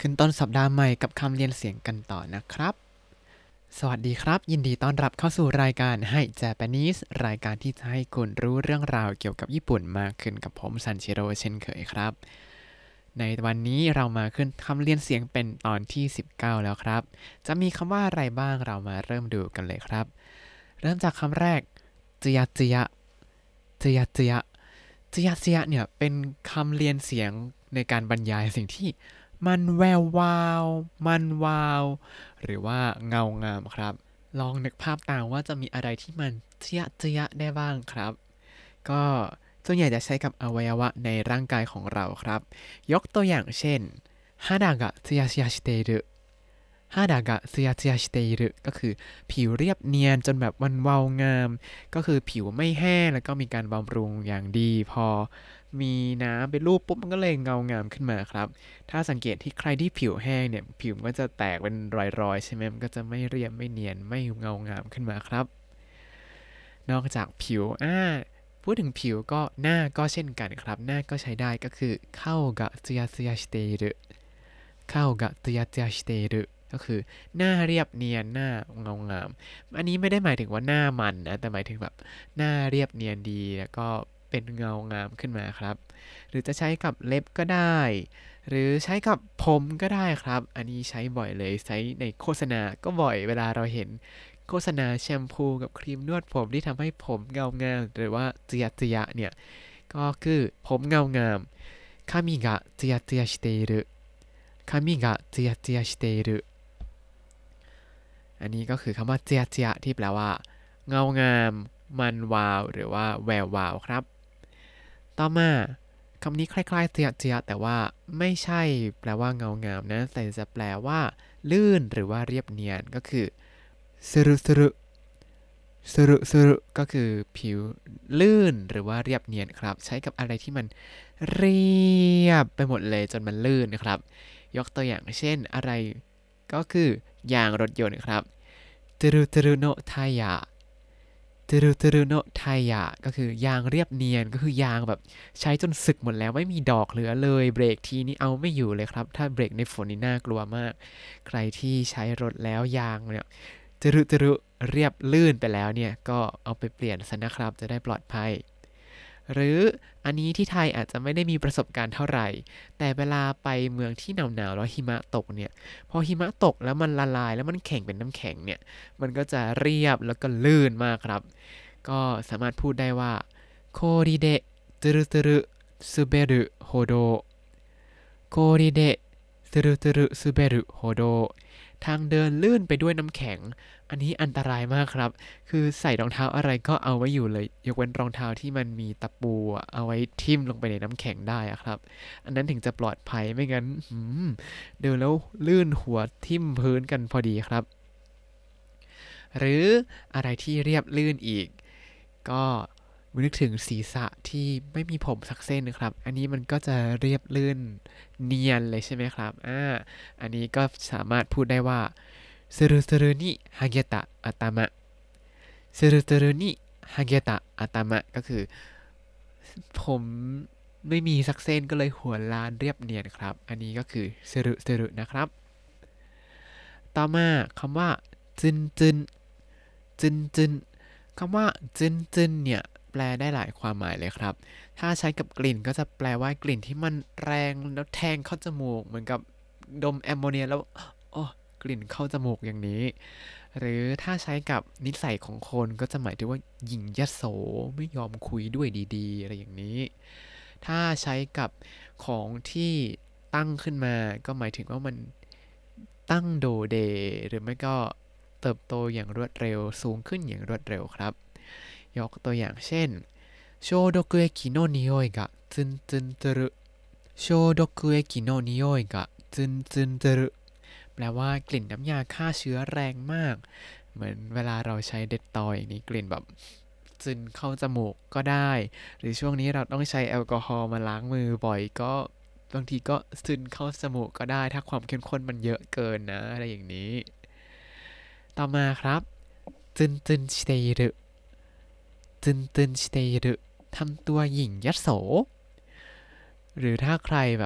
ขึ้นต้นสัปดาห์ใหม่กับคำเรียนเสียงกันต่อนะครับสวัสดีครับยินดีต้อนรับเข้าสู่รายการให้ Japanese รายการที่จะให้คุณรู้เรื่องราวเกี่ยวกับญี่ปุ่นมากขึ้นกับผมซันชิโร่เช่นเคยครับในวันนี้เรามาขึ้นคำเรียนเสียงเป็นตอนที่19แล้วครับจะมีคำว่าอะไรบ้างเรามาเริ่มดูกันเลยครับเริ่มจากคำแรกเจียเจียเจียเจียเจียเจียเนี่ยเป็นคำเรียนเสียงในการบรรยายสิ่งที่มันแวววาวมันวาวหรือว่าเงางามครับลองนึกภาพตามว่าจะมีอะไรที่มันเจียเจียได้บ้างครับก็ส่วนใหญ่จะใช้กับอวัยวะในร่างกายของเราครับยกตัวอย่างเช่น肌がツヤツヤしている肌がツヤツヤしているก็คือผิวเรียบเนียนจนแบบมันเวางามก็คือผิวไม่แห้งแล้วก็มีการบำรุงอย่างดีพอมีน้ำไปลูบปุ๊บมันก็เลยเงางามขึ้นมาครับถ้าสังเกตที่ใครที่ผิวแห้งเนี่ยผิวมันก็จะแตกเป็นรอยๆใช่ไหมมันก็จะไม่เรียบไม่เนียนไม่เงางามขึ้นมาครับนอกจากผิวพูดถึงผิวก็หน้าก็เช่นกันครับหน้าก็ใช้ได้ก็คือ顔がツヤツヤしている顔がツヤツヤしているก็คือหน้าเรียบเนียนหน้าเงางามอันนี้ไม่ได้หมายถึงว่าหน้ามันนะแต่หมายถึงแบบหน้าเรียบเนียนดีแล้วก็เป็นเงางามขึ้นมาครับหรือจะใช้กับเล็บก็ได้หรือใช้กับผมก็ได้ครับอันนี้ใช้บ่อยเลยใช้ในโฆษณาก็บ่อยเวลาเราเห็นโฆษณาแชมพูกับครีมนวดผมที่ทำให้ผมเงางามหรือว่าเจียเจียเนี่ยก็คือผมเงางาม髪がツヤツヤしている髪がツヤツヤしているอันนี้ก็คือคำว่าเจียเจียที่แปลว่าเงางามมันวาวหรือว่าแวววาวครับต่อมาคำนี้คล้ายๆเจียเจียแต่ว่าไม่ใช่แปลว่าเงางามนะแต่จะแปลว่าลื่นหรือว่าเรียบเนียนก็คือซึรุซึรุซึรุซึรุก็คือผิวลื่นหรือว่าเรียบเนียนครับใช้กับอะไรที่มันเรียบไปหมดเลยจนมันลื่นนะครับยกตัวอย่างเช่นอะไรก็คือยางรถยนต์ครับトゥルトゥルโนไทยะトゥルトゥルโนไทยะก็คือยางเรียบเนียนก็คือยางแบบใช้จนสึกหมดแล้วไม่มีดอกเหลือเลยเบรกทีนี้เอาไม่อยู่เลยครับถ้าเบรกในฝนนี่น่ากลัวมากใครที่ใช้รถแล้วยางเนี่ยตรุตรุเรียบลื่นไปแล้วเนี่ยก็เอาไปเปลี่ยนซะนะครับจะได้ปลอดภัยหรืออันนี้ที่ไทยอาจจะไม่ได้มีประสบการณ์เท่าไหร่แต่เวลาไปเมืองที่หนาวๆแล้วหิมะตกเนี่ยพอหิมะตกแล้วมันละลายแล้วมันแข็งเป็นน้ำแข็งเนี่ยมันก็จะเรียบแล้วก็ลื่นมากครับก็สามารถพูดได้ว่าโคริเดะตรุตรุซูเบรุโฮโดโคริเดะตรุตรุซูเบรุโฮโดทางเดินลื่นไปด้วยน้ำแข็งอันนี้อันตรายมากครับคือใส่รองเท้าอะไรก็เอาไว้อยู่เลยยกเว้นรองเท้าที่มันมีตะปูเอาไว้ทิ่มลงไปในน้ำแข็งได้อะครับอันนั้นถึงจะปลอดภัยไม่งั้นเดินแล้วลื่นหัวทิ่มพื้นกันพอดีครับหรืออะไรที่เรียบลื่นอีกก็นึกถึงศีรษะที่ไม่มีผมสักเส้นนะครับอันนี้มันก็จะเรียบลื่นเนียนเลยใช่ไหมครับอันนี้ก็สามารถพูดได้ว่าスルスルにハゲた頭スルスルにハゲた頭ก็คือผมไม่มีสักเส้นก็เลยหัวล้านเรียบเนียนครับอันนี้ก็คือสรุสรุนะครับต่อมาคำว่าจึนจึนจึนจึนคำว่าจึนจึนเนี่ยแปลได้หลายความหมายเลยครับถ้าใช้กับกลิ่นก็จะแปลว่ากลิ่นที่มันแรงแล้วแทงเข้าจมูกเหมือนกับดมแอมโมเนียแล้วโอ้กลิ่นเข้าจมูกอย่างนี้หรือถ้าใช้กับนิสัยของคนก็จะหมายถึงว่าหยิ่งยโสไม่ยอมคุยด้วยดีๆอะไรอย่างนี้ถ้าใช้กับของที่ตั้งขึ้นมาก็หมายถึงว่ามันตั้งโดเดหรือไม่ก็เติบโตอย่างรวดเร็วสูงขึ้นอย่างรวดเร็วครับยกตัวอย่างเช่น消毒液の匂いがツンツンする消毒液の匂いがツンツンするแปลว่ากลิ่นน้ำยาฆ่าเชื้อแรงมากเหมือนเวลาเราใช้เด็ดตอยอย่างนี้กลิ่นแบบซึนเข้าจมูกก็ได้หรือช่วงนี้เราต้องใช้แอลกอฮอล์มาล้างมือบ่อยก็บางทีก็ซึนเข้าจมูกก็ได้ถ้าความเข้มข้นมันเยอะเกินนะอะไรอย่างนี้ต่อมาครับซึนซึนสเตย์รุซึนซึนสเตย์รุทำตัวหยิ่งยโสหรือถ้าใครแบบ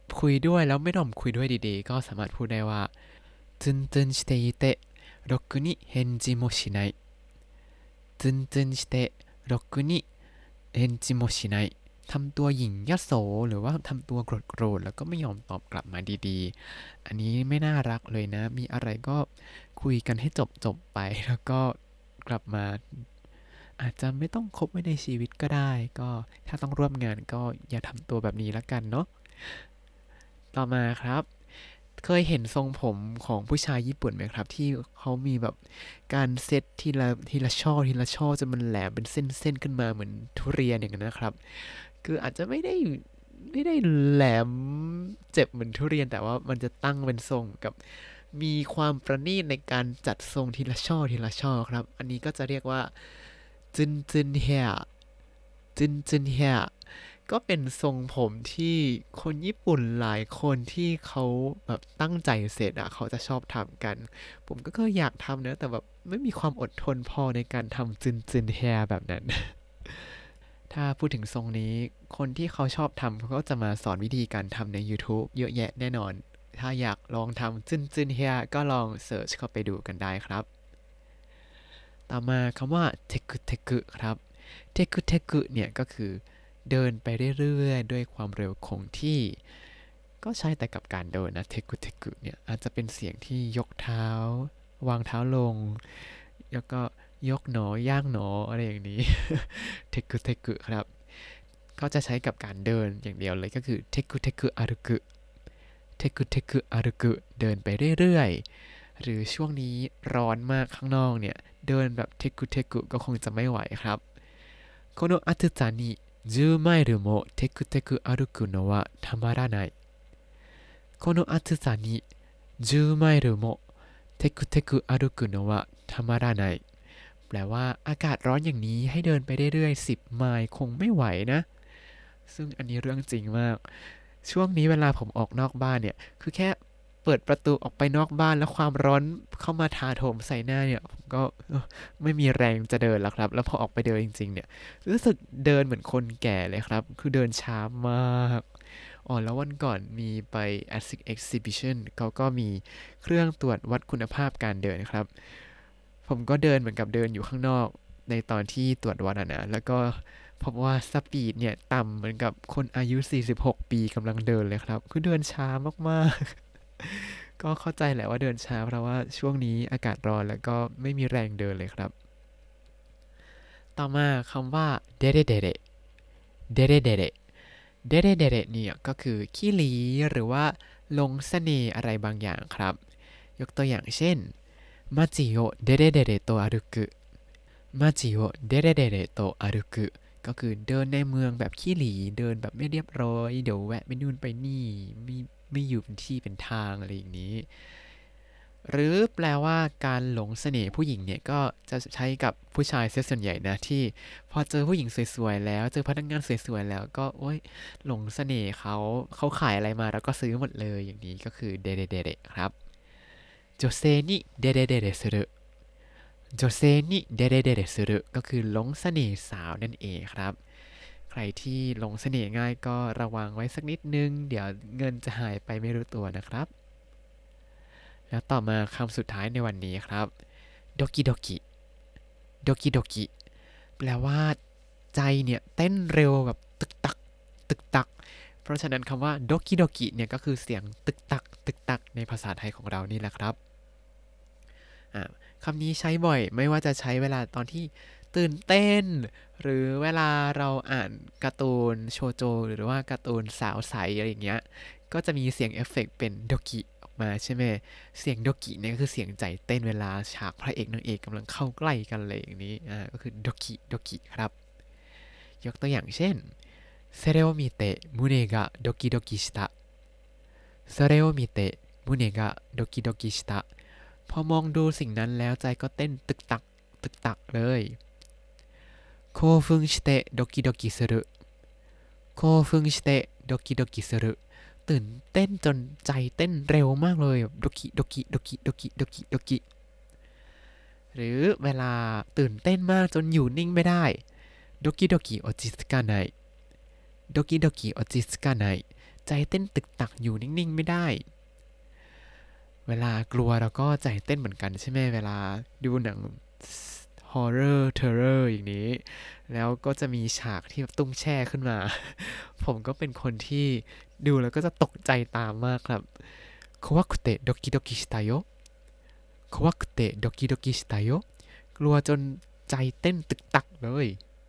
คุยด้วยแล้วไม่ยอมคุยด้วยดีๆก็สามารถพูดได้ว่าツンツンしていてろくに返事もしないツンツンしてろくに返事もしないทำตัวหยิ่งยโสหรือว่าทำตัวโกรธๆแล้วก็ไม่ยอมตอบกลับมาดีๆอันนี้ไม่น่ารักเลยนะมีอะไรก็คุยกันให้จบไปแล้วก็กลับมาอาจจะไม่ต้องคบไว้ในชีวิตก็ได้ก็ถ้าต้องร่วมงานก็อย่าทำตัวแบบนี้ละกันเนาะต่อมาครับเคยเห็นทรงผมของผู้ชายญี่ปุ่นไหมครับที่เขามีแบบการเซตทีละช่อจนมันแหลมเป็นเส้นๆขึ้นมาเหมือนทุเรียนอย่างนั้นนะครับ คืออาจจะไม่ได้แหลมเจ็บเหมือนทุเรียนแต่ว่ามันจะตั้งเป็นทรงกับมีความประณีตในการจัดทรงทีละช่อครับอันนี้ก็จะเรียกว่าจินจินเฮียจินเฮียก็เป็นทรงผมที่คนญี่ปุ่นหลายคนที่เขาแบบตั้งใจเสร็จอะเขาจะชอบทำกันผมก็เคยอยากทำนะแต่แบบไม่มีความอดทนพอในการทำจินเฮียแบบนั้น ถ้าพูดถึงทรงนี้คนที่เขาชอบทำเขาก็จะมาสอนวิธีการทำใน YouTube เยอะแยะแน่นอน ถ้าอยากลองทำจึนเฮียก็ลองเสิร์ชเข้าไปดูกันได้ครับ ต่อมาคำว่าเทคุเทคุครับเทคุเทคุเนี่ยก็คือเดินไปเรื่อยๆด้วยความเร็วคงที่ ก็ใช้แต่กับการเดินนะเทคุเทคุเนี่ยอาจจะเป็นเสียงที่ยกเท้าวางเท้าลงแล้วก็ยกหนอย่างหนออะไรอย่างนี้เทคุเทคุครับ ก็จะใช้กับการเดินอย่างเดียวเลยก็คือเทคุเทคุอารุกุเทคุเทคุอารุกุเดินไปเรื่อยๆหรือช่วงนี้ร้อนมากข้างนอกเนี่ยเดินแบบเทคุเทคุก็คงจะไม่ไหวครับこの暑さに10マイルもテクテク歩くのはたまらないこの暑さに10マイルもテクテク歩くのはたまらないแปลว่าอากาศร้อนอย่างนี้ให้เดินไปเรื่อยๆ10ไมล์คงไม่ไหวนะ ซึ่งอันนี้เรื่องจริงมาก ช่วงนี้เวลาผมออกนอกบ้านเนี่ย คือแค่เปิดประตูออกไปนอกบ้านแล้วความร้อนเข้ามาถาโถมใส่หน้าเนี่ยผมก็ไม่มีแรงจะเดินแล้วครับ แล้วพอออกไปเดินจริงๆเนี่ยรู้สึกเดินเหมือนคนแก่เลยครับ คือเดินช้ามากอ๋อแล้ววันก่อนมีไป ASIC Exhibition เขาก็มีเครื่องตรวจวัดคุณภาพการเดินครับ ผมก็เดินเหมือนกับเดินอยู่ข้างนอกในตอนที่ตรวจวัดนะแล้วก็พบว่าสปีดเนี่ยต่ำเหมือนกับคนอายุ46ปีกำลังเดินเลยครับคือเดินช้ามากๆก็เข้าใจแหละว่าเดินช้าเพราะว่าช่วงนี้อากาศร้อนแล้วก็ไม่มีแรงเดินเลยครับต่อมาคำว่าเดเดเดเดเดเดเดเดเดเดเดเดเนี่ยก็คือขี้หลีหรือว่าลงเสน่ห์อะไรบางอย่างครับยกตัวอย่างเช่น街をデレデレと歩く街をデレデレと歩くก็คือเดินในเมืองแบบขี้หลีเดินแบบไม่เรียบร้อยเดี๋ยวแวะไปนู่นไปนี่ไม่อยู่เป็นที่เป็นทางอะไรอย่างนี้หรือแปลว่าการหลงเสน่ห์ผู้หญิงเนี่ยก็จะใช้กับผู้ชายเสียส่วนใหญ่นะที่พอเจอผู้หญิงสวยๆแล้วเจอพนักงานสวยๆแล้วก็โอ๊ยหลงเสน่ห์เขาขายอะไรมาเราก็ซื้อหมดเลยอย่างนี้ก็คือเดเดเดเดครับ女性にデレデレする女性にデレデレするก็คือหลงเสน่ห์สาวนั่นเองครับใครที่หลงเสน่ห์ง่ายก็ระวังไว้สักนิดนึงเดี๋ยวเงินจะหายไปไม่รู้ตัวนะครับแล้วต่อมาคำสุดท้ายในวันนี้ครับโดกิโดกิโดกิโดกิแปลว่าใจเนี่ยเต้นเร็วแบบตึกตักตึกตักเพราะฉะนั้นคำว่าโดกิโดกิเนี่ยก็คือเสียงตึกตักตึกตักในภาษาไทยของเรานี่แหละครับ คำนี้ใช้บ่อยไม่ว่าจะใช้เวลาตอนที่ตื่นเต้นหรือเวลาเราอ่านการ์ตูนโชโจหรือว่าการ์ตูนสาวใสอะไรอย่างเงี้ยก็จะมีเสียงเอฟเฟกต์เป็นโดกิออกมาใช่ไหมเสียงโดกิเนี่ยก็คือเสียงใจเต้นเวลาฉากพระเอกนางเอกกำลังเข้าใกล้กันเลยอย่างนี้ก็คือโดกิโดกิครับยกตัวอย่างเช่นそれを見て胸がドキドキしたそれを見て胸がドキドキしたพอมองดูสิ่งนั้นแล้วใจก็เต้นตึกตักตึกตักเลย興奮してドキドキする興奮してドキドキするตื่นเต้นจนใจเต้นเร็วมากเลยโดกิโดกิโดกิโดกิโดกิโดกิหรือเวลาตื่นเต้นมากจนอยู่นิ่งไม่ได้โดกิโดกิโอจิสกาไนโดกิโดกิโอจิสกาไนใจเต้นตึกตักอยู่นิ่งๆไม่ได้เวลากลัวเราก็ใจเต้นเหมือนกันใช่ไหมเวลาดูหนังฮอร์เรอร์เทอร์เรอร์อย่างนี้แล้วก็จะมีฉากที่แบบตุ้งแช่ขึ้นมาผมก็เป็นคนที่ดูแล้วก็จะตกใจตามมากครับ怖くてドキドキしたよ怖くてドキドキしたよกลัวจนใจเต้นตึกตักเลย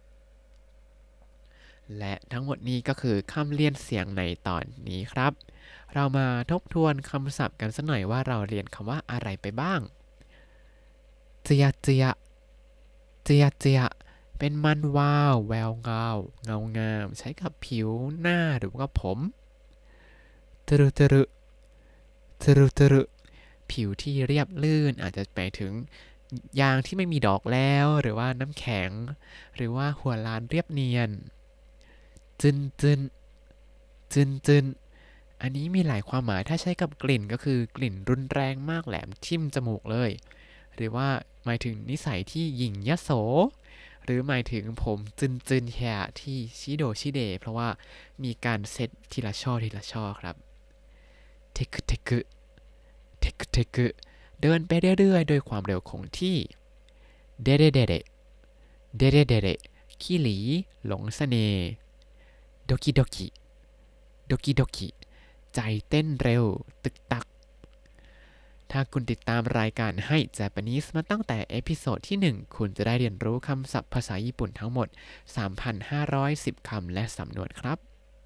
และทั้งหมดนี้ก็คือคำเรียนเสียงในตอนนี้ครับเรามาทบทวนคำศัพท์กันสักหน่อยว่าเราเรียนคำว่าอะไรไปบ้างเจียเจียเจียเจียเป็นมันวาวแววเงาเงางามใช้กับผิวหน้าหรือว่าผมตรุตรุตรุตรุผิวที่เรียบลื่นอาจจะหมายถึงยางที่ไม่มีดอกแล้วหรือว่าน้ำแข็งหรือว่าหัวลานเรียบเนียนจึนจึนจึนจึนอันนี้มีหลายความหมายถ้าใช้กับกลิ่นก็คือกลิ่นรุนแรงมากแหลมทิ่มจมูกเลยหรือว่าหมายถึงนิสัยที่หยิ่งยโสหรือหมายถึงผมจึนจึนแค่ที่ชิโดชิเดเพราะว่ามีการเซตทีละช่อทีละช่อครับเทคุเทคุเทคุเทคุเดินไปเรื่อยๆโดยความเร็วคงที่เดเดเดเดเดเดเดเดขี้หลีหลงเสน่ห์โดกิโดกิโดกิโดกิใจเต้นเร็วตึกตักถ้าคุณติดตามรายการให้ Japanese มาตั้งแต่เอพิโซดที่ 1คุณจะได้เรียนรู้คำศัพท์ภาษาญี่ปุ่นทั้งหมด 3,510 คำและสำนวนครับ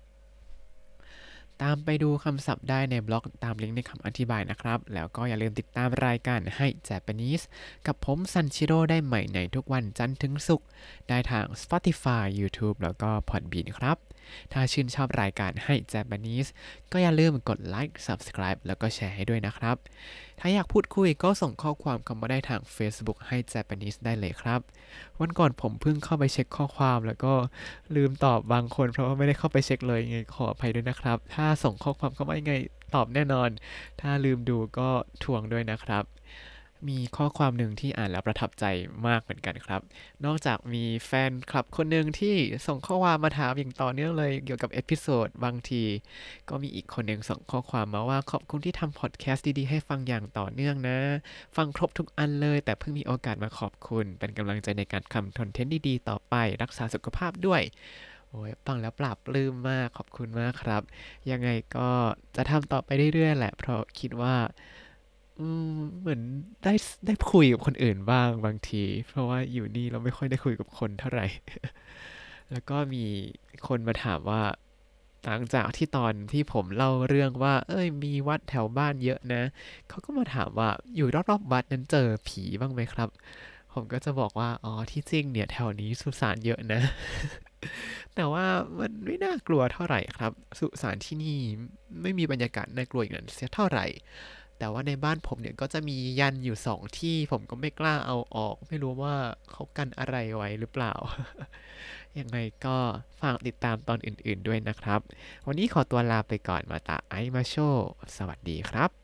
ตามไปดูคำศัพท์ได้ในบล็อกตามลิงก์ในคำอธิบายนะครับแล้วก็อย่าลืมติดตามรายการให้ Japanese กับผมซันชิโร่ได้ใหม่ในทุกวันจันทร์ถึงศุกร์ได้ทาง Spotify YouTube แล้วก็ Podbean ครับถ้าชื่นชอบรายการให้ Japanese ก็อย่าลืมกดไลค์ Subscribe แล้วก็แชร์ให้ด้วยนะครับถ้าอยากพูดคุยก็ส่งข้อความเข้ามาได้ทาง Facebook ให้ Japanese ได้เลยครับวันก่อนผมเพิ่งเข้าไปเช็คข้อความแล้วก็ลืมตอบบางคนเพราะว่าไม่ได้เข้าไปเช็คเลยยังไงขออภัยด้วยนะครับถ้าส่งข้อความเข้ามายังไงตอบแน่นอนถ้าลืมดูก็ทวงด้วยนะครับมีข้อความหนึ่งที่อ่านแล้วประทับใจมากเหมือนกันครับนอกจากมีแฟนคลับคนหนึ่งที่ส่งข้อความมาถามอย่างต่อเนื่องเลยเกี่ยวกับเอพิโซดบางทีก็มีอีกคนหนึ่งส่งข้อความมาว่าขอบคุณที่ทำพอดแคสต์ดีๆให้ฟังอย่างต่อเนื่องนะฟังครบทุกอันเลยแต่เพิ่งมีโอกาสมาขอบคุณเป็นกำลังใจในการทำคอนเทนต์ดีๆต่อไปรักษาสุขภาพด้วยโอ้ยฟังแล้วปลาบปลื้มมากขอบคุณมากครับยังไงก็จะทำต่อไปเรื่อยๆแหละเพราะคิดว่าเหมือนได้ได้คุยกับคนอื่นบ้างบางทีเพราะว่าอยู่นี่เราไม่ค่อยได้คุยกับคนเท่าไหร่แล้วก็มีคนมาถามว่าหลังจากที่ตอนที่ผมเล่าเรื่องว่ามีวัดแถวบ้านเยอะนะเขาก็มาถามว่าอยู่รอบๆวัดนั้นเจอผีบ้างไหมครับผมก็จะบอกว่าอ๋อที่จริงเนี่ยแถวนี้สุสานเยอะนะแต่ว่ามันไม่น่ากลัวเท่าไหร่ครับสุสานที่นี่ไม่มีบรรยากาศน่ากลัวอย่างนั้นเสียเท่าไหร่ แต่ว่าในบ้านผมเนี่ยก็จะมียันอยู่2 ที่ผมก็ไม่กล้าเอาออกไม่รู้ว่าเขากันอะไรไว้หรือเปล่ายังไงก็ฝากติดตามตอนอื่นๆด้วยนะครับวันนี้ขอตัวลาไปก่อนมาตาไอมาโชสวัสดีครับ